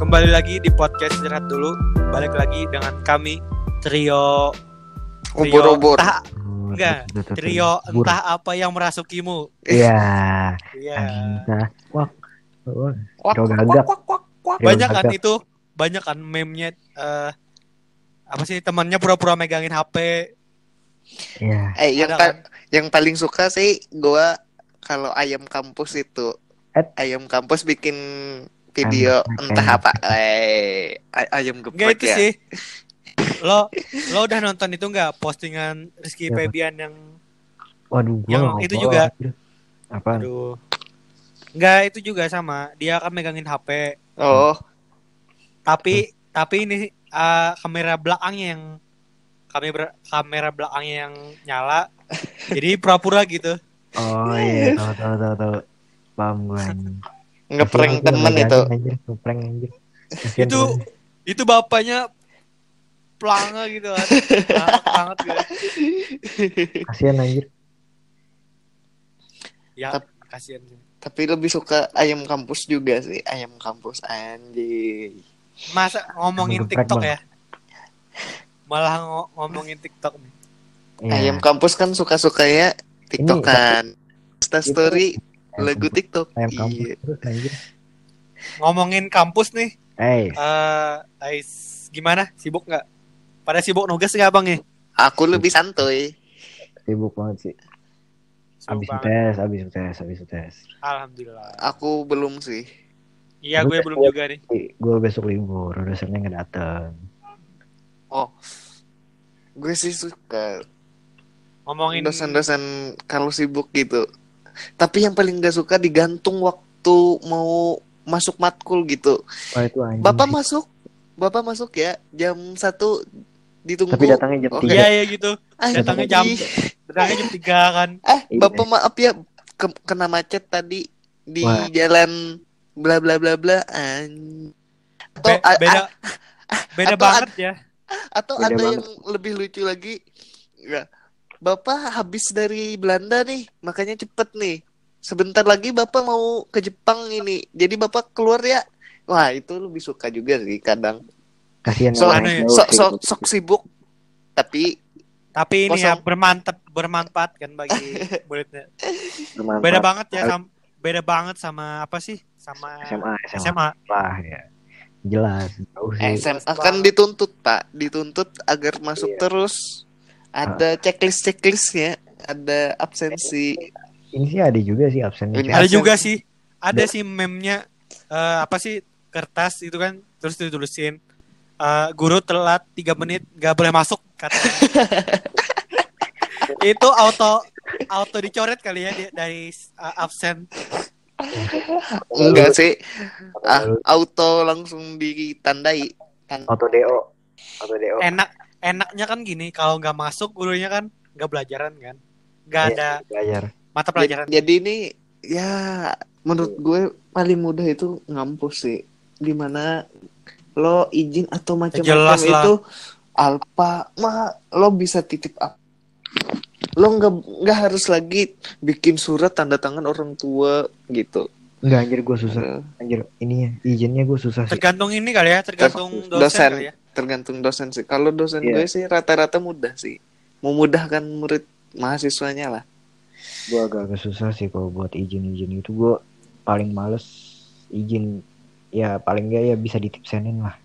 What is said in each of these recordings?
Kembali lagi di podcast Istirahat Dulu. Balik lagi dengan kami trio Ubur-ubur. Trio entah apa yang merasukimu. Iya. Iya. Entah. Wak. Wak, Trio wak, gagap. wak, wak, wak. Trio Banyak kan gagap. itu, banyak kan meme-nya apa sih temannya pura-pura megangin HP. Iya. Ada kan? Yang paling suka sih gua kalau ayam kampus itu. Ayam kampus bikin video entah apa. Ayam geprek Enggak itu ya. sih. Lo udah nonton itu enggak postingan Rizky Siapa? Febian yang Waduh, gua yang nggak itu follow. juga. Apaan? Aduh. Enggak, itu juga sama. Dia kan megangin HP. Oh, Tapi ini kamera belakangnya kamera belakangnya yang nyala. Jadi pura-pura gitu. Oh iya, tahu. Paham gue. ngeprank temen itu. Ngeprank anjir. Itu bapaknya pelanga gitu kan. Ngakak banget gitu. Kasihan anjir. Ya, Tap- kasihan sih. Tapi lebih suka ayam kampus juga sih. Ayam kampus anjing. Masa ngomongin Geprek, TikTok Bang. ya? Malah ngomongin TikTok nih. Iya. Ayam kampus kan suka-suka ya TikTokan. Insta story Ayam lagu kampus. TikTok. Ayam kampus Iya. terus anjir. Ngomongin kampus nih. Ais. Gimana? Sibuk nggak? Pada sibuk nugas nggak bang nih? Aku lebih santuy. Sibuk banget sih. Sibuk Habis banget. UTS. Alhamdulillah. Aku belum sih. Iya, gue belum juga nih. Gue besok libur, dosennya nggak datang. Oh, gue sih suka Ngomongin dosen-dosen kalau sibuk gitu. Tapi yang paling gak suka digantung waktu mau masuk matkul gitu. Wah itu anjing. Bapak masuk ya jam 1 ditunggu. Tapi datangnya jam 3. Iya gitu. Datangnya jam Anjing. 3 kan. Bapak maaf ya kena macet tadi di Wah. jalan bla bla bla bla. Beda banget ya. Atau Beda ada banget. yang lebih lucu lagi. Ya, Bapak habis dari Belanda nih, makanya cepet nih. Sebentar lagi Bapak mau ke Jepang ini. Jadi Bapak keluar ya. Wah, itu lebih suka juga sih kadang. Kasihan Sok sibuk. Tapi ini ya kosong. bermanfaat kan bagi muridnya. bermanfaat. Beda banget sama apa sih? Sama SMA. Lah ya. Jelas. Jauh sih. SMA kan dituntut, Pak. Dituntut agar masuk terus. Ada checklistnya, ada absensi. Ini sih ada juga sih absennya. Ini Ada absen. juga sih. Ada sih meme-nya apa sih? Kertas itu kan terus ditulisin guru telat 3 menit gak boleh masuk katanya. Itu auto dicoret kali ya dari absen. Enggak sih. Auto langsung ditandai. Auto DO. Enaknya kan gini, kalau nggak masuk gurunya kan nggak belajaran kan, nggak ada belajar. mata pelajaran. Jadi ini ya menurut gue paling mudah itu ngampus sih. Dimana lo izin atau macam-macam itu alpa lo bisa titip up. Lo nggak harus lagi bikin surat tanda tangan orang tua gitu. Enggak anjir gue susah. Anjir ininya izinnya gue susah sih. Tergantung ini kali ya, tergantung dosen kali ya. Tergantung dosen sih. Kalau dosen gue sih rata-rata mudah sih. Memudahkan murid mahasiswanya lah. Gue agak susah sih kalau buat izin itu. Gue paling males izin. Ya paling gak ya bisa ditipsenin lah.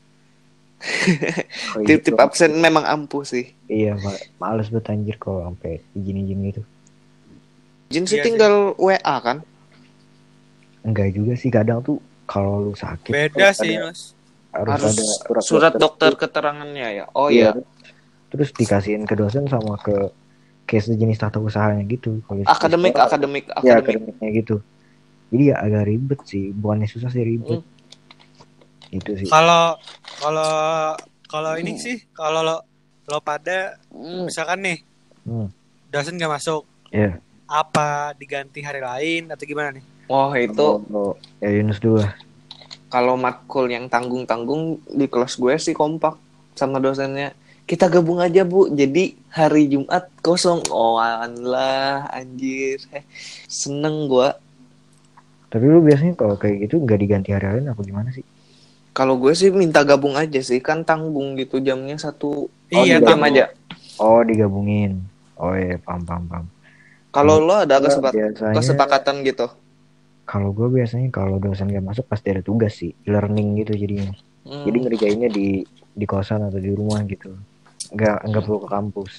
Titip absen memang ampuh sih. Iya males banget anjir kalau sampai izin gitu. Izin sih tinggal WA kan. Enggak juga sih, kadang tuh kalau lu sakit beda sih Mas. harus ada surat dokter keterangannya ya. Oh iya. Terus dikasihin ke dosen sama ke sejenis tata usahanya gitu. Akademiknya gitu. Jadi ya agak ribet sih, bukannya susah sih ribet. Itu sih. Kalau ini sih, kalau lo pada misalkan nih dosen nggak masuk, apa diganti hari lain atau gimana nih? Oh itu ya Yunus dulu lah. Kalau matkul yang tanggung di kelas gue sih kompak sama dosennya. Kita gabung aja Bu, jadi hari Jumat kosong. Oh Allah anjir, seneng gue. Tapi lu biasanya kalau kayak gitu nggak diganti hari lain apa gimana sih? Kalau gue sih minta gabung aja sih, kan tanggung gitu jamnya 1 Iya, jam aja. Oh, digabungin. Oh iya, paham. Kalau lo ada biasanya, kesepakatan gitu? Kalau gue biasanya kalau dosen gak masuk pasti ada tugas sih, learning gitu jadinya. Jadi ngerjainnya di kosan atau di rumah gitu. Nggak perlu ke kampus.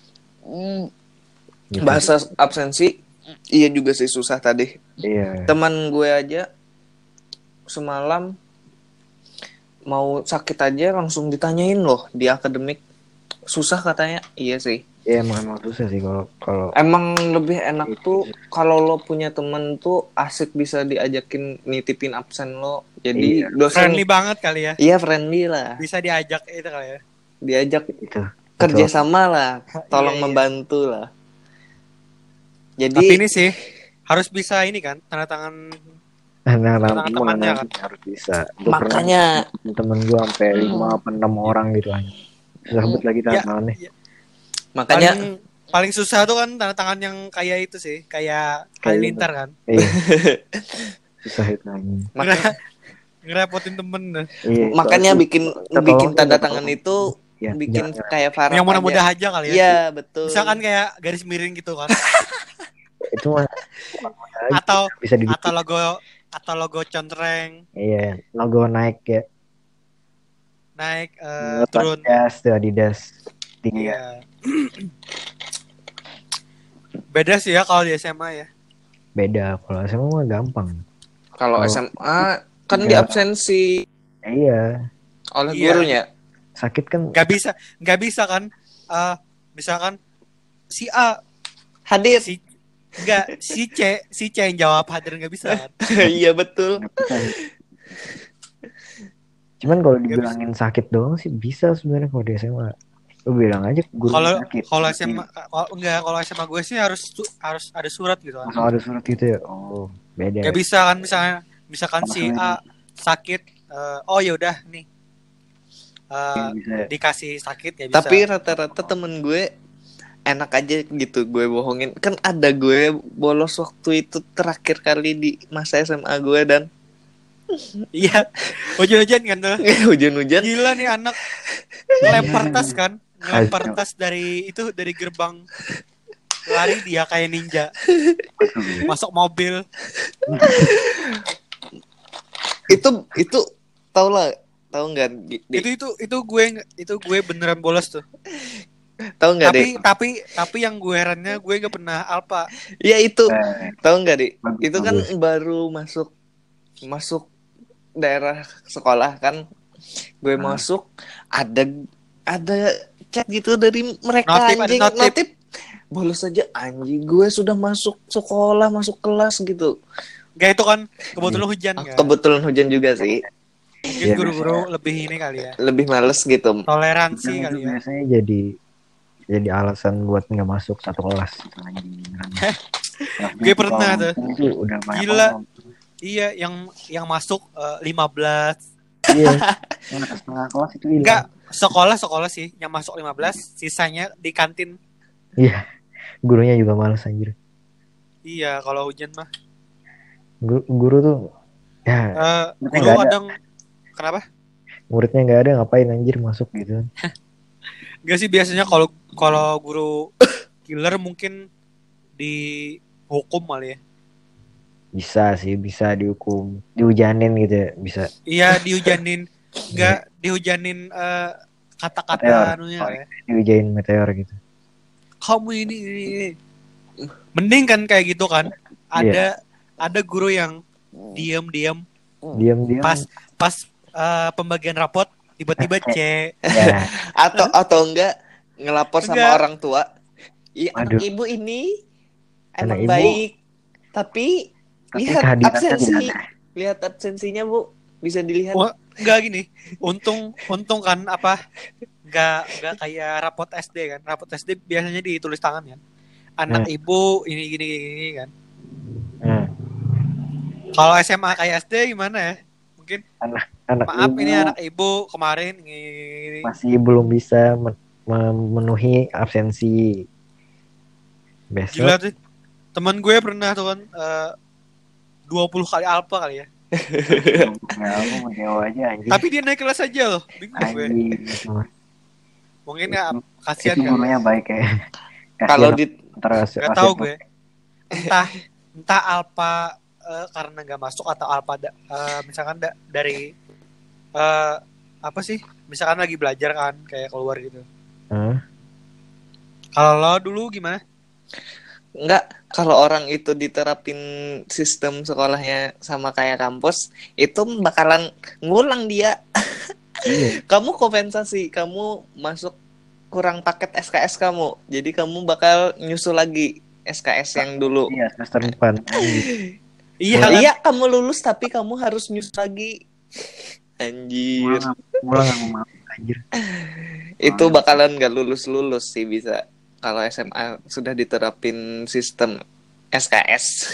Gitu. Bahasa absensi, iya juga sih susah tadi. Iya. Teman gue aja semalam mau sakit aja langsung ditanyain loh di akademik, susah katanya. Iya sih. Iya emang susah sih kalau. Emang lebih enak tuh kalau lo punya temen tuh asik bisa diajakin nitipin absen lo. Jadi dosen friendly banget kali ya. Iya friendly lah. Bisa diajak itu kali ya. Diajak itu. Kerjasama lah, tolong membantu lah. Jadi tapi ini sih harus bisa ini kan tanda tangan temannya kan harus bisa. Makanya temen gue sampai 5-6 orang gitu aja. Susah banget lagi tanda tangannya. Makanya paling susah tuh kan tanda tangan yang kayak itu sih, kayak Halilintar kan. Iya. Susah itu aja. Ngerepotin temen. Iya, makanya bikin tanda tangan itu ya, bikin kayak Farah yang mudah-mudah aja kali ya. Iya, betul. Misalkan kayak garis miring gitu kan. Itu mah atau bisa atau logo contreng. Iya, logo naik ya. Naik turun. Adidas. Iya. Beda sih ya kalau di SMA ya. Beda, kalau SMA mah gampang. Kalau SMA kan di absensi. Iya. Oleh gurunya. Sakit kan? Gak bisa kan? Misalkan si A hadir, si C yang jawab hadir, nggak bisa kan? Iya betul. Cuman kalau dibilangin sakit doang sih bisa sebenarnya kalau di SMA. Lu bilang aja guru sakit. Kalau SMA kalau SMA gue sih harus ada surat gitu kan. Ada surat gitu ya. Oh, beda. Gak bisa kan misalkan si A sakit, oh ya udah nih. Dikasih sakit ya bisa. Tapi rata-rata temen gue enak aja gitu gue bohongin. Kan ada gue bolos waktu itu terakhir kali di masa SMA gue dan iya, hujan-hujan kan tuh. Hujan-hujan. Gila nih anak ngelempar tas kan. Ngelempar tas dari gerbang, lari dia kayak ninja. Masuk mobil. Itu tahu nggak? Itu gue beneran bolos tuh. Tahu nggak deh? Tapi yang gue herannya gue nggak pernah alfa. Iya itu. Tahu nggak deh? Itu kan baru masuk daerah sekolah kan. Gue masuk ada chat gitu dari mereka, notif bolos aja anjing, gue sudah masuk sekolah, masuk kelas gitu. Gak, itu kan kebetulan hujan kan? Kebetulan hujan juga sih. Mungkin guru-guru lebih ini kali ya, lebih males gitu, toleransi kali ya. Biasanya jadi alasan buat nggak masuk satu kelas. Gue pernah tuh. Udah gila. Iya, yang masuk 15. Iya. Setengah kelas itu hilang. Enggak, sekolah sih yang masuk 15, sisanya di kantin. Iya. Gurunya juga malas anjir. Iya, kalau hujan mah. Guru tuh ya guru kadang kenapa? Muridnya enggak ada, ngapain anjir masuk gitu. Enggak sih, biasanya kalau guru killer mungkin dihukum kali ya. Bisa dihukum, dihujanin gitu ya, bisa. Iya, dihujanin. Enggak dihujanin kata-kata anunya ya. Dihujanin meteor gitu. Kamu ini. Mending kan kayak gitu kan. Ada guru yang diam pas pembagian rapot tiba-tiba C. Ya. atau enggak ngelapor sama orang tua. Iya, anak ibu ini emang baik, tapi lihat absensinya Bu, bisa dilihat. Enggak gini. Untung kan enggak kayak rapot SD kan. Rapot SD biasanya ditulis tangan kan. Anak ibu ini gini kan. Kalau SMA kayak SD gimana ya? Mungkin anak maaf ibu, ini anak ibu kemarin ini. Masih belum bisa memenuhi absensi. Besok. Gila tuh. Teman gue pernah tuh kan 20 kali alfa kali ya. Aku mau nyewa aja anjing. Tapi dia naik kelas aja loh. Bingung gue. Mungkin nggak kasihan itu gurunya kan? baik ya. Kalau di nggak tahu gue. Entah Alpa karena nggak masuk atau Alpa misalkan dari apa sih? Misalkan lagi belajar kan kayak keluar gitu. Kalau lo dulu gimana? Enggak, kalau orang itu diterapin sistem sekolahnya sama kayak kampus, itu bakalan ngulang dia. Iya. Kamu kompensasi, kamu masuk kurang paket SKS kamu, jadi kamu bakal nyusul lagi SKS yang dulu. Iya, semester depan. Iya, kamu lulus tapi kamu harus nyusul lagi. Anjir. Pulang anjir. Itu bakalan gak lulus sih bisa. Kalau SMA sudah diterapin sistem SKS.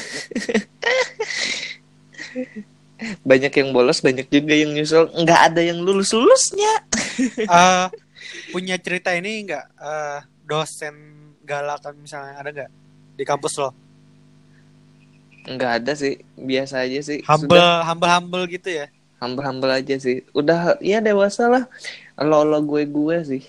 Banyak yang bolos, banyak juga yang nyusul. Nggak ada yang lulusnya. Punya cerita ini nggak? Dosen galakan misalnya ada nggak di kampus lo? Nggak ada sih, biasa aja sih. Humble gitu ya? Humble aja sih. Udah ya dewasa lah. Lo gue sih.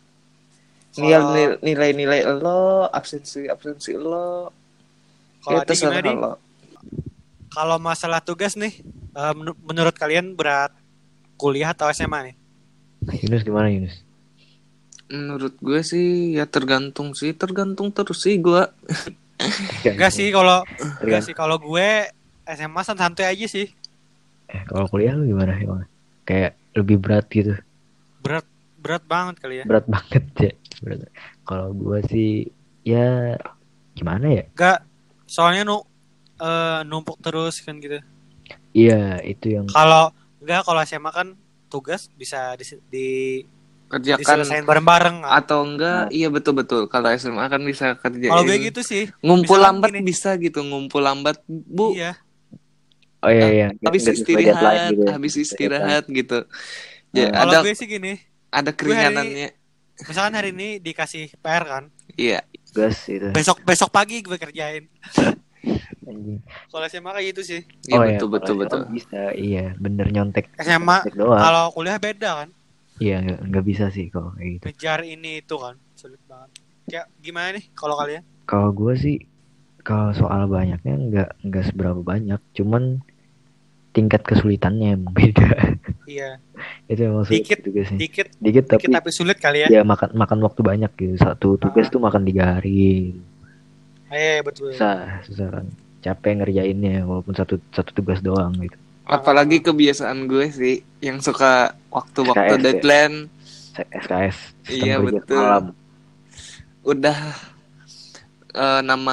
Nilai lo, absensi lo. Kalau itu gimana lo? Kalau masalah tugas nih, menurut kalian berat kuliah atau SMA nih? Yunus gimana Yunus? Menurut gue sih ya tergantung terus sih gue. Enggak sih kalau gue SMA santai aja sih. Kalau kuliah lu gimana emang? Kayak lebih berat gitu? Berat banget kali ya. Berat banget ya. Kalau gue sih ya gimana ya? Enggak, soalnya numpuk terus kan gitu. Iya, itu yang kalau SMA kan tugas bisa kerjakan bareng-bareng kan? Atau enggak iya betul kalau SMA kan bisa kerjain. Kalau gue gitu sih ngumpul lambat bisa gitu, ngumpul lambat Bu. Iya. Oh iya. Habis istirahat gitu. Ya, kalau gue sih gini, ada keringanannya. Misalkan hari ini dikasih PR kan? Iya. Gas itu. Besok pagi gue kerjain. Kalau SMA kayak gitu sih. Iya betul. Bisa, iya, bener nyontek. SMA kalau kuliah beda kan? Iya, nggak bisa sih kalau kayak gitu. Ngejar ini itu kan, sulit banget. Kayak gimana nih kalau kalian? Kalau gue sih, kalau soal banyaknya nggak seberapa banyak, cuman tingkat kesulitannya emang beda. Iya. Itu emang sulit dikit tapi sulit kali ya. Ya makan waktu banyak gitu. Satu tugas tuh makan 3 hari. Betul. Susah kan. Capek ngerjainnya walaupun satu tugas doang gitu. Apalagi kebiasaan gue sih yang suka waktu-waktu SKS, deadline SKS. Iya betul. Malam. Udah nama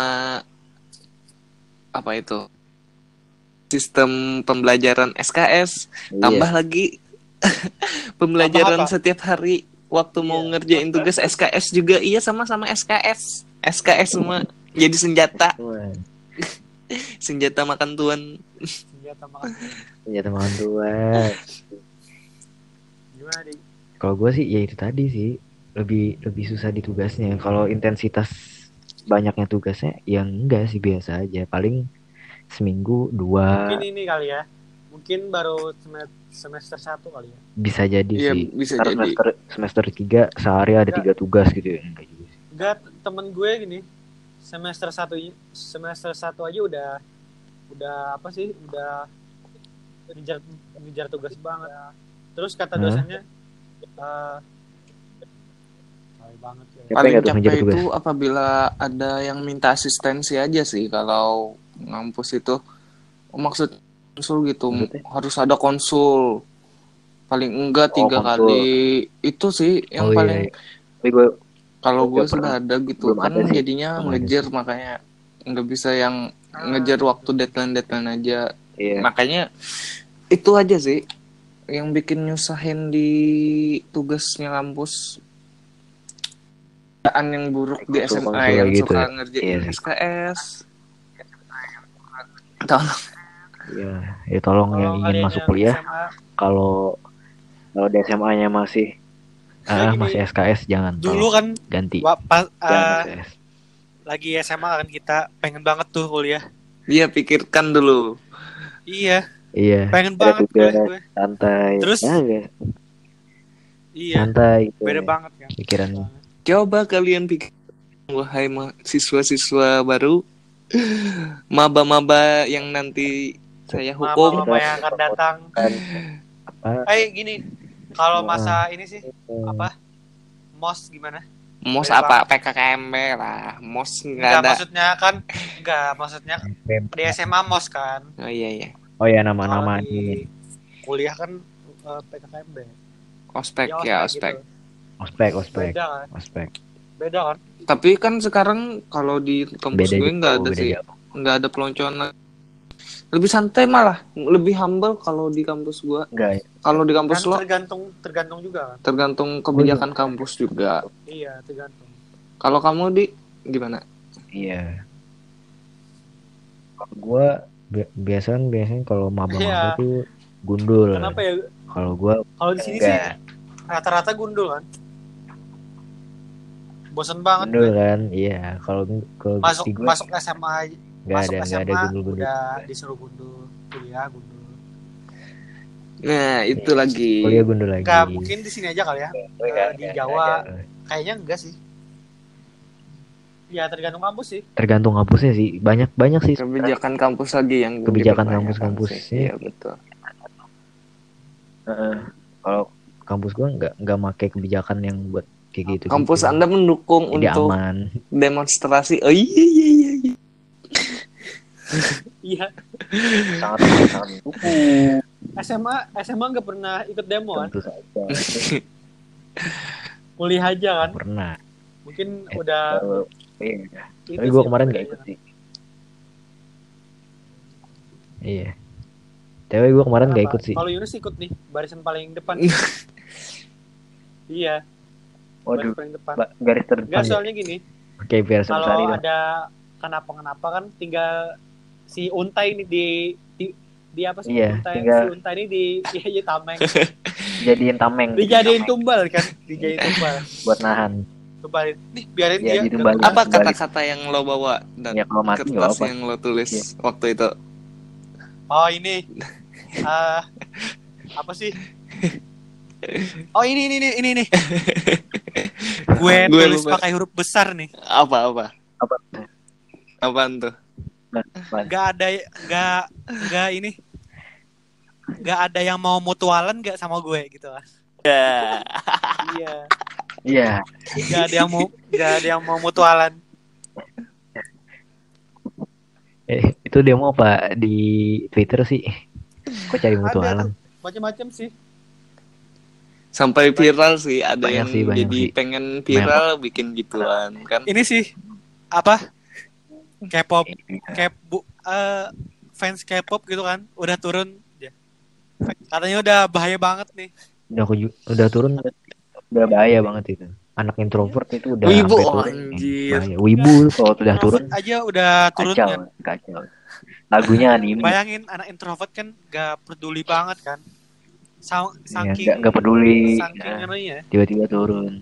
apa itu? Sistem pembelajaran SKS, tambah lagi pembelajaran setiap hari. Waktu mau ngerjain tugas SKS juga sama-sama SKS semua jadi senjata. Senjata makan tuan. Senjata makan tuan. Gimana nih? Kalau gue sih ya itu tadi sih, lebih susah di tugasnya. Kalau intensitas banyaknya tugasnya yang enggak sih, biasa aja. Paling seminggu 2. Mungkin ini kali ya. Mungkin baru semester 1 kali ya. Bisa jadi sih. Bisa jadi. Semester 3 sehari ada 3 tugas gitu ya. Enggak, temen gue gini. Semester 1 aja udah apa sih? Udah ngejar tugas banget. Terus kata dosennya banget ya. Paling capek itu apabila ada yang minta asistensi aja sih kalau ngampus itu. Maksud konsul gitu. Harus ada konsul. Paling enggak 3 kali. Itu sih yang paling kalau gue sudah ada gitu kan jadinya ngejar, makanya nggak bisa yang ngejar waktu deadline aja. Makanya itu aja sih yang bikin nyusahin di tugasnya kampus. Keadaan yang buruk di SMA yang gitu, suka ngerjain SKS. Tolong yang ingin masuk kuliah, kalau di SMA-nya masih masih SKS jangan. Dulu kan ganti. Lagi SMA kan kita pengen banget tuh kuliah. Iya, pikirkan dulu. Iya. Iya. Pengen Ada banget tugas gue. santai. Terus Ya, enggak. iya, Santai gitu. beda banget kan. Pikirannya. Coba kalian pikir, wahai siswa-siswa baru, maba-maba yang nanti saya hukum. Mama-mama yang akan datang. Apa? Gini, kalau masa ini sih apa? MOS gimana? MOS Beda apa? banget. PKKMB lah. MOS nggak Enggak, ada. maksudnya di SMA MOS kan. Oh iya. Oh ya, Kalau nama-nama di ini. kuliah kan PKKMB. Ospek Ya, ya, ospek. Gitu. Ospek. Beda kan? Ospek. Beda kan? Tapi kan sekarang kalau di kampus Beda gue nggak jauh, ada beda sih, jauh. nggak ada peloncoan. Lebih santai malah, lebih humble kalau di kampus gue. Enggak ya. Kalau di kampus Kan lo tergantung juga kan. tergantung kebijakan kampus juga. Iya, tergantung. Kalau kamu di gimana? Iya. Kalau gua biasanya kalau maba-maba Iya. tuh gundul. Kenapa ya? Kalau di sini sih enggak. rata-rata gundul kan. Bosen banget Gundul gue. kan? Iya, kalau Masuk SMA aja. enggak ada gundul-gundul. Udah disuruh gundul, kuliah gundul. Nah itu lagi. Kuliah gundul lagi. Enggak, mungkin di sini aja kali ya. Di Jawa Enggak. kayaknya enggak sih. Ya tergantung kampus sih. Tergantung kampusnya sih. Banyak sih. Kebijakan kampus lagi yang Kebijakan dipertanyakan kampus-kampus sih. Iya betul. Kalau kampus gua enggak pakai kebijakan yang buat kayak gitu. Kampus gitu. Anda mendukung Jadi untuk aman. demonstrasi. Oh iya. Iya. Sangat mendukung. SMA enggak pernah ikut demo kan? Tentu saja. Kuliah aja kan? Pernah. Mungkin udah Iya. itu Tapi gue sih, kemarin udah gak aja ikut kan. sih. Iya. Tapi gue kemarin gak Kenapa? ikut sih. Kalau Yunus ikut nih, barisan paling depan. Iya, Waduh, baris paling depan. garis terdepan Enggak, ya? soalnya gini, Oke, biar sehari kalau dong. ada kenapa-kenapa kan tinggal si Untai ini di apa sih? Iya, Untai, tinggal- si Untai ini di tameng. Jadiin tameng. Dijadiin tumbal kan? Dijadiin tumbal. Buat nahan. Tumbalin. Nih, biarin Iya, dia. ditumbalin. Apa Balik. kata-kata yang lo bawa dan Ya, kalau mati nggak kertas apa-apa. yang lo tulis Iya. waktu itu? Oh, ini. Apa sih? Oh, ini nih. Gue tulis lupa. pakai huruf besar nih. Apa? Apa? Apaan tuh? Gak ada yang mau mutualan gak sama gue gitu lah. Iya. Iya. Gak ada yang mau mutualan. Itu demo apa di Twitter sih? Kok cari mutualan? Macam-macam sih. Sampai viral sih, ada Banyak yang sih, jadi sih. pengen viral bikin gituan kan. Ini sih apa? K-pop, fans K-pop gitu kan, udah turun. Katanya udah bahaya banget nih. Udah turun, udah bahaya banget itu. Anak introvert itu udah Wibu, sampai turun. anjir. Bahaya. Wibu kalau udah turun Aja udah turun kan. kacau. Lagunya anime. Bayangin anak introvert kan gak peduli banget kan. Saking nggak peduli. Saking ngerinya. Tiba-tiba turun.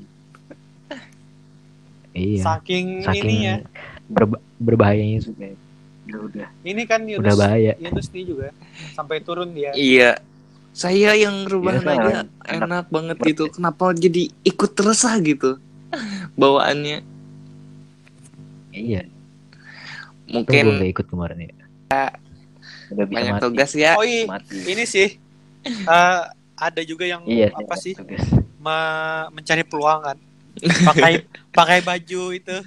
Iya. Saking ininya. Berbahayanya juga. Udah. Ini kan Udah bahaya. Yunus nih juga sampai turun dia. Iya. Saya yang rebahan Iya, aja enak banget gitu. Kenapa jadi ikut resah gitu bawaannya? Iya. Mungkin gue nggak ikut kemarin ya. Udah bisa banyak mati. tugas ya. Oh iya, Mati. ini sih ada juga yang apa sih tugas. mencari peluang kan. Pakai baju itu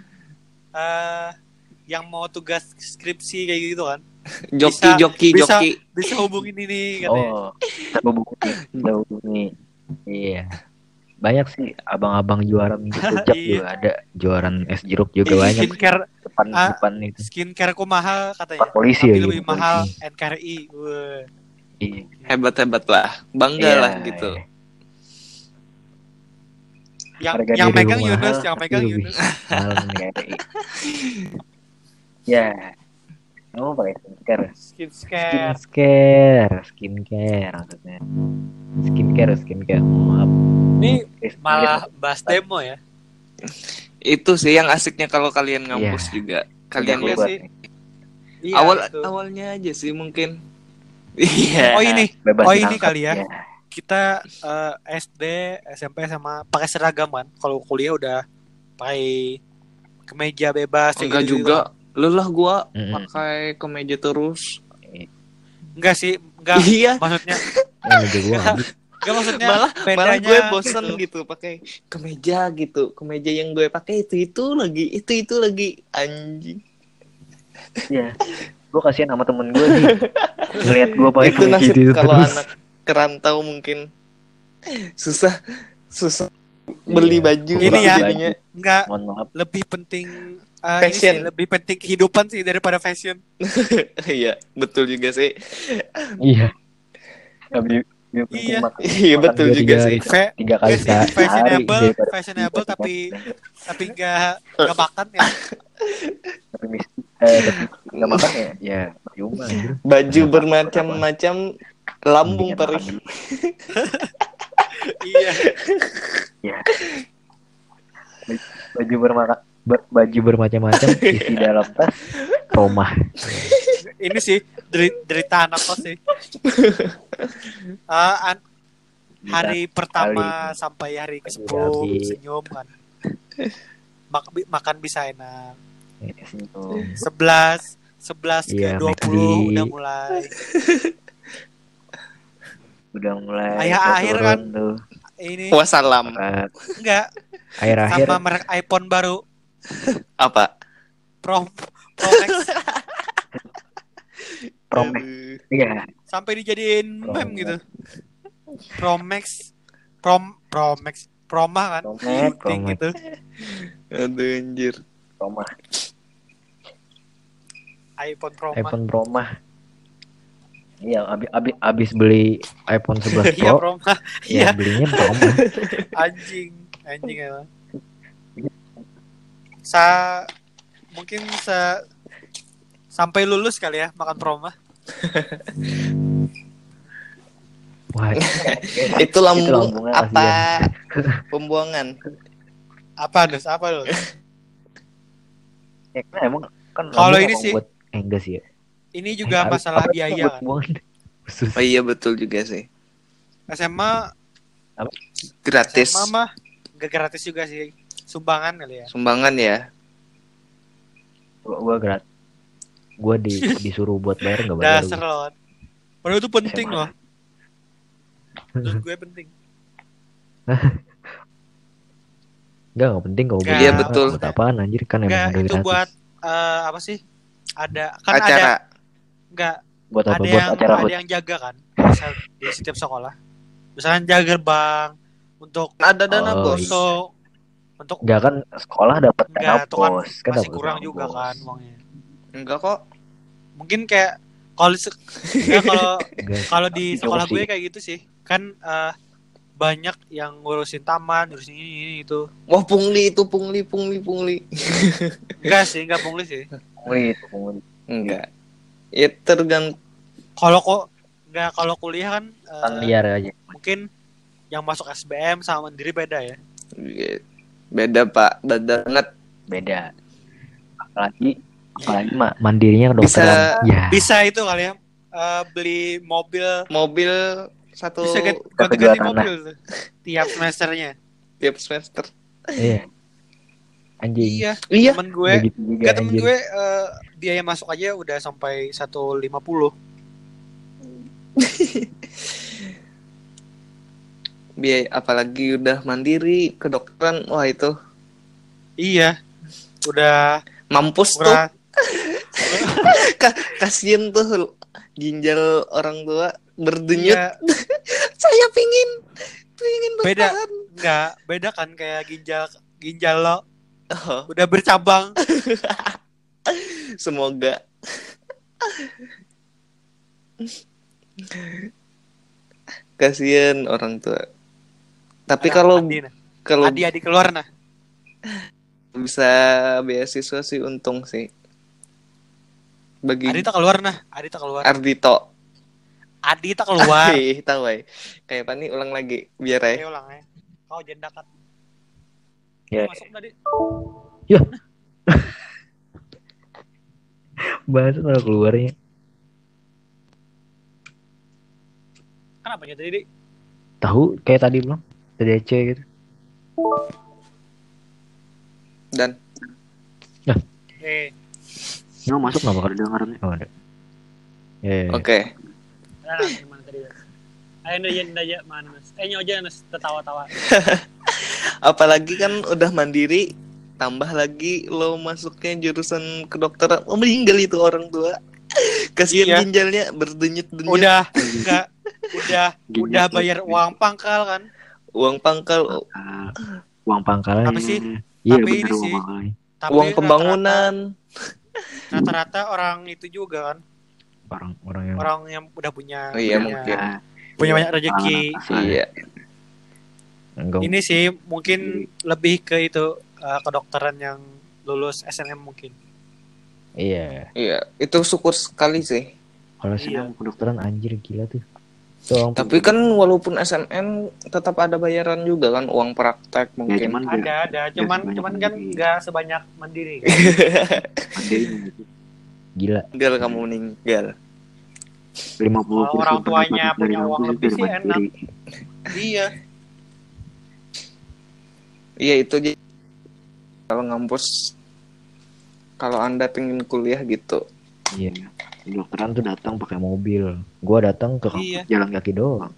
yang mau tugas skripsi kayak gitu kan. Joki. Bisa hubungin ini katanya. Oh, kita hubungi. Iya. Banyak sih abang-abang juara minggu rujak juga ada. Juaran es jeruk juga banyak. Skincare Depan itu. Skincareku mahal katanya. Pak polisi tapi ya, lebih polisi. mahal NKRI. Wah. Iya. Hebat lah. Bangga Iya, lah gitu. iya. Yang Harga diri megang lu Yunus, mahal, yang tapi megang lebih Yunus. mahal nih. Ya. Kamu pakai skincare maksudnya. Skincare. Maaf. Ini malah bahas demo ya. Itu sih yang asiknya kalau kalian ngampus juga. Kalian Iya lihat sih. Iya, awalnya aja sih mungkin Iya. Oh ini, Bebas oh ini berangkat, kali ya. Kita SD, SMP sama pakai seragam kan. Kalau kuliah udah pakai kemeja bebas kayak Enggak gitu juga. kan. Lelah gua Mm-mm. pakai kemeja terus. Enggak sih, enggak. Iya. Maksudnya Meja gua enggak, habis. enggak maksudnya malah bedanya gue bosen gitu. gitu pakai kemeja gitu. Kemeja yang gue pakai itu lagi anjing. Iya. Gue kasihan sama temen gue sih. Ngeliat gue pakai Itu kemeja nasib itu kalau terus. anak kerantau mungkin susah beli Iya. baju Ini gitu ya. jadinya. Enggak, Mohon maaf. lebih penting ini Fashion. sih, lebih penting kehidupan sih daripada fashion. Iya, betul juga sih. Iya. Lebih penting Iya. Iya, makan betul 2-3 juga hari, sih. 3 kali Enggak sih, sehari daripada fashionable tapi enggak makan ya. tapi nggak makan ya percuma anjir. Baju Kenapa? bermacam-macam, lambung Mendingan perih. makan dulu. Iya. Ya. Baju bermacam-macam isi dalam tas rumah. Ini sih derita anak kos sih. Hari pertama sampai hari ke-10 senyum kan. Makan bisa enak. 11 ke 20 udah mulai akhir kan tuh. ini Wassalam. enggak Akhir-akhir sama merek iPhone baru Apa? Pro Max Pro Max. Iya. sampai dijadiin meme gitu. Pro Max Promah kan shooting gitu. Aduh anjir. Promah. iPhone Promah. Iya, abis beli iPhone 11 Pro. Iya, Promah. Ya, belinya Promah. anjing emang. Mungkin sampai lulus kali ya makan Promah. Wah, itu lambung apa? kasihan. Pembuangan. Apa lu? Ya, kan emang kan kalau ini sih buat enggak sih ya. Ini juga masalah biaya kan. Oh iya betul juga sih. SMA gratis. SMA mah gak gratis juga sih. Sumbangan kali ya. Sumbangan ya. Gua gratis. Gua disuruh buat bayar enggak bayar. Dasar loh. Padahal itu penting loh. Menurut gue penting. Enggak penting kok. Iya betul. Buat apaan anjir kan emang udah itu gratis. buat apa sih? Ada kan acara. ada enggak buat apa? Ada Buat yang acara ada yang jaga kan misal di setiap sekolah. Misalnya jaga gerbang untuk ada dana bos. Untuk enggak kan sekolah dapat dana enggak, kan bos. Kan masih kurang juga bos. kan uangnya. Enggak kok. Mungkin kayak kalau di sekolah gue kayak gitu sih. Kan banyak yang ngurusin taman, ngurusin ini itu. Wah, pungli. Enggak sih, enggak pungli sih. Pungli. Enggak. Ya tergantung. Kalau kuliah kan liar aja. Mungkin yang masuk SBM sama Mandiri beda ya. Beda, Pak. Beda banget. Beda. Apalagi mandirinya kedokteran. Bisa itu kali ya. Beli mobil satu bisa ganti mobil tuh, tiap semesternya. Tiap semester. Iya. Anjing. Iya. Temen gue, biaya masuk aja udah sampai 150. Biaya apalagi udah mandiri kedokteran, wah itu. Iya. Udah mampus tuh. Kasian tuh ginjal orang tua berdenyut. Iya. Saya pingin bertahan. Beda kan kayak ginjal lo. Udah bercabang. Semoga. Kasian orang tua. Tapi kalau adik keluar nah. Bisa beasiswa sih untung sih. Adita keluar. Ardito. Adita keluar. Tahu ay. Kayak apa nih ulang lagi biar ay. Ulang ya. Kau jendakat. Ya. Masuk tadi. Ya. Bahasa malah keluarnya. apanya tadi? Tahu kayak tadi belum? TDC gitu. Dan Nggak masuk nggak bakal dengarnya. Oh ada. oke. Nah, gimana tadi? Ayo aja mana Mas? Aja Mas tertawa-tawa. Apalagi kan udah mandiri, tambah lagi lo masuknya jurusan kedokteran, meninggal itu orang tua. Kasihan Iya. ginjalnya berdenyut-denyut. Udah bayar uang pangkal kan? Uang pangkal, Uang pangkalnya. Tapi sih, Iya tapi benar ini uang sih. pangkalnya. Tapi uang pembangunan. Rata-rata orang itu juga kan. Orang yang udah punya Oh iya mungkin. punya banyak rezeki. Iya. Ini sih mungkin lebih ke itu kedokteran yang lulus SNM mungkin. Iya. Iya, itu syukur sekali sih. Kalau SNM kedokteran anjir gila tuh. Tapi kan walaupun SNM tetap ada bayaran juga kan, uang praktek mungkin. Ya, ada. Cuman kan nggak sebanyak mandiri. Kan? Mandiri gitu. Gila. Gal kamu meninggal. 50% orang tuanya punya uang lebih sih enak. Iya. Iya itu kalau ngampus, kalau Anda pengen kuliah gitu. Iya. Kedokteran tuh datang pakai mobil. Gua datang ke kampus jalan kaki doang.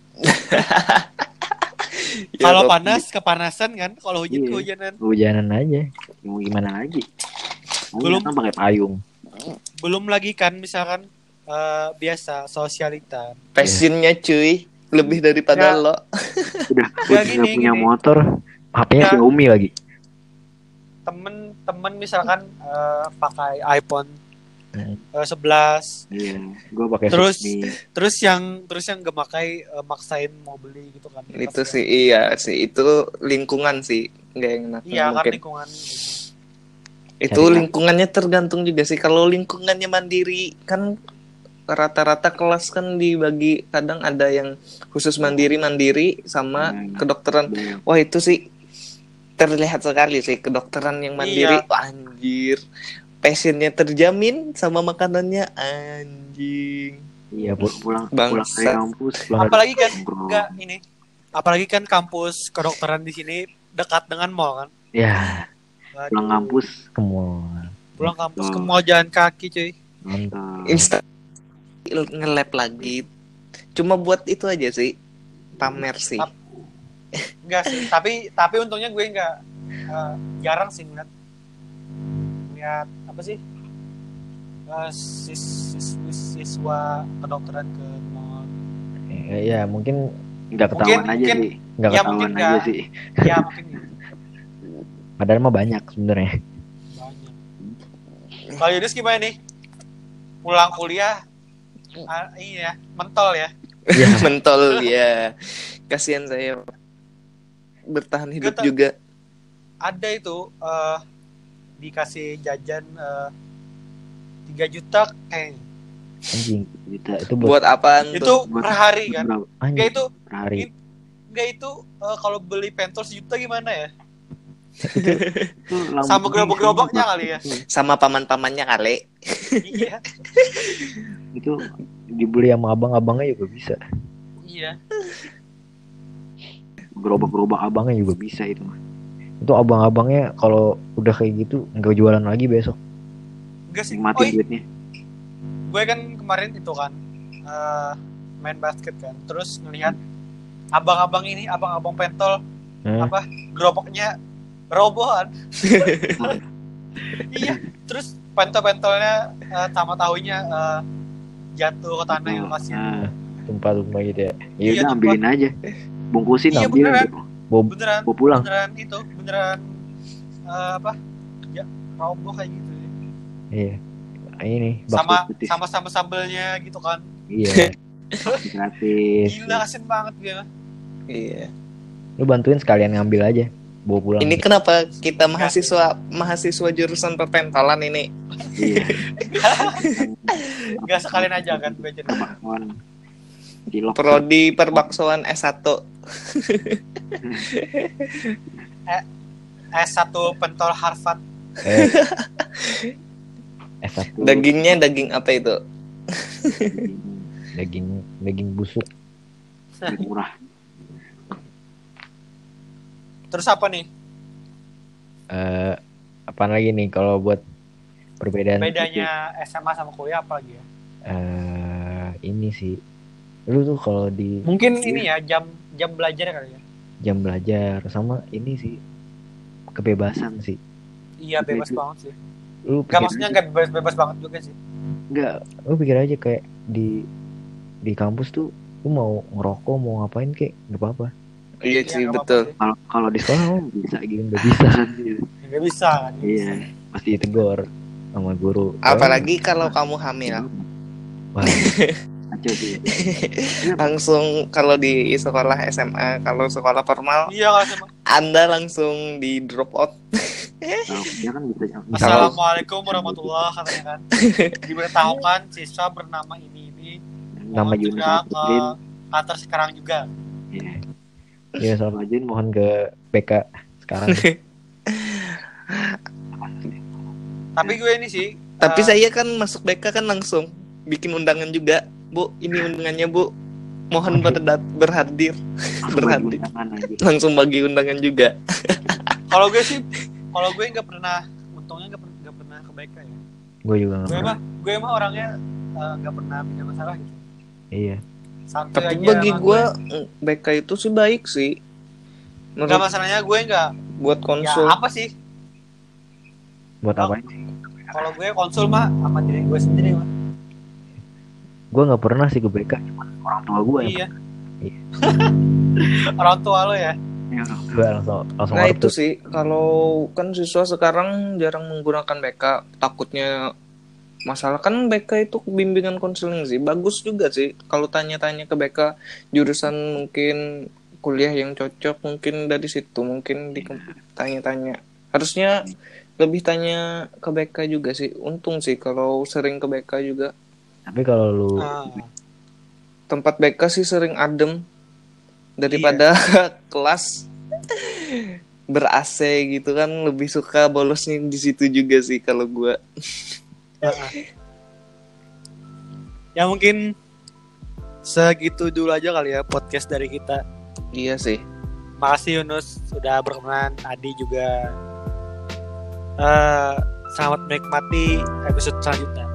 Kalau panas kepanasan kan, kalau hujan kehujanan. Hujanan aja. Mau gimana lagi? Belum pakai payung. Belum lagi kan misalkan biasa sosialita. Passionnya cuy lebih daripada lo. Udah punya motor, HP-nya Xiaomi lagi. Temen misalkan pakai iPhone 11. Iya, gue pakai terus yang gak pakai maksain mau beli gitu kan. Itu sih iya sih, itu lingkungan sih nggak enak. Iya kan lingkungan. Itu lingkungannya tergantung juga sih. Kalau lingkungannya mandiri kan rata-rata kelas kan dibagi, kadang ada yang khusus mandiri sama kedokteran. Wah itu sih terlihat sekali sih kedokteran yang mandiri. Wah, anjir. Passionnya terjamin sama makanannya anjing. Iya pulang dari kampus. Apalagi kan apalagi kan kampus kedokteran di sini dekat dengan mall kan. Ya. Pulang kampus ke mall. Pulang kampus ke mall jalan kaki cuy. Mantap. Nge-lab lagi. Cuma buat itu aja sih. Pamer sih. Enggak sih, tapi untungnya gue enggak jarang sih ngeliat apa sih siswa kedokteran ke mall. Ya mungkin nggak ketahuan aja sih, nggak ketahuan aja sih. Ya mungkin. Padahal mah banyak sebenarnya. Banyak. Kalau Yunus gimana nih? Pulang kuliah, iya mentol ya. Mentol ya. Kasihan saya bertahan hidup juga. Ada itu dikasih jajan 3 juta anjing juta itu buat apaan itu per hari kan? Enggak itu per hari. Enggak itu kalau beli pentol 1 juta gimana ya? Itu sama gerobak-gerobaknya kali ya. Sama paman-pamannya kali. Iya. Itu dibeli sama abang-abangnya juga bisa. Iya. Gerobak-gerobak abangnya juga bisa itu mah. Itu abang-abangnya kalau udah kayak gitu nggak jualan lagi besok. Enggak sih. Nikmatin duitnya. Gue kan kemarin itu kan main basket kan, terus ngelihat abang-abang pentol apa gerobaknya robohan. Iya, terus pentol-pentolnya sama tahunya jatuh ke tanah yang lokasinya. Tumpah-tumpah gitu ya. Ya udah ambilin aja. Bungkusin ambilin. Beneran pulang. Beneran apa? Ya, roboh kayak gitu. Iya. Ini sama sambelnya gitu kan. Iya. Gratis. Gila asin banget dia. Iya. Lu bantuin sekalian ngambil aja. Bawa pulang. Ini kenapa kita mahasiswa jurusan perpentolan ini? Iya. Enggak sekalian aja kan belajar. Prodi perbaksoan S1. S1 pentol Harvard. S1. Dagingnya daging apa itu? Daging busuk. Lebih murah. Terus apa nih? Apaan lagi nih kalau buat perbedaan Bedanya SMA sama kuliah apa lagi ya? Ini sih. Lu tuh kalau di Mungkin ini ya jam belajar kali ya. jam belajar sama ini sih kebebasan sih. Iya, bebas Itu- banget sih. Lu Enggak, pikir maksudnya aja, enggak bebas banget juga sih. enggak, lu pikir aja kayak di kampus tuh lu mau ngerokok mau ngapain kayak nggak apa-apa. Iya Iya, sih, nggak betul. apa-apa sih. Kalau di sekolah lu bisa gitu nggak bisa kan gitu. Nggak bisa kan? Iya, pasti ditegur sama guru. Apalagi kalau kamu hamil. Wah, kacau sih. Langsung kalau di sekolah SMA, kalau sekolah formal, Iya kan sama. Anda langsung di drop out. Kalau dia kan bisa Assalamualaikum warahmatullahi katanya kan. Diberitahukan siswa bernama ini nama mohon juga Yunus ke Abidin. kantor sekarang juga. Iya. Ya sama Jin mohon ke BK sekarang. Tapi gue ini sih. Tapi saya kan masuk BK kan langsung bikin undangan juga. Bu, ini undangannya Bu. Mohon berhadir. Berhadir. Langsung bagi undangan juga. Kalau gue sih, kalau gue nggak pernah, untungnya nggak pernah ke BK ya. Gue juga nggak pernah. Gue mah orangnya nggak pernah punya masalah gitu. Iya. Santai Tapi aja bagi sama gue BK itu sih baik sih. Nggak, Menurut masalahnya gue nggak. buat Ya konsul. apa sih? Buat Oh. apa? Kalau gue konsul mah sama diri gue sendiri mah. Gue nggak pernah sih ke BK, cuma orang tua gue yang Iya. Iya. Orang tua lo ya. gue langsung Nah order itu tuh. sih, kalau kan siswa sekarang jarang menggunakan BK, takutnya masalah kan BK itu bimbingan konseling sih, bagus juga sih. Kalau tanya-tanya ke BK jurusan mungkin kuliah yang cocok mungkin dari situ, mungkin tanya-tanya. Harusnya lebih tanya ke BK juga sih. Untung sih kalau sering ke BK juga. Tapi kalau lu Tempat BK sih sering adem daripada kelas ber-AC gitu kan, lebih suka bolosnya di situ juga sih kalau gua. Ya mungkin segitu dulu aja kali ya podcast dari kita. Iya sih. Makasih Yunus sudah berkenan. Adi juga. Selamat menikmati episode selanjutnya.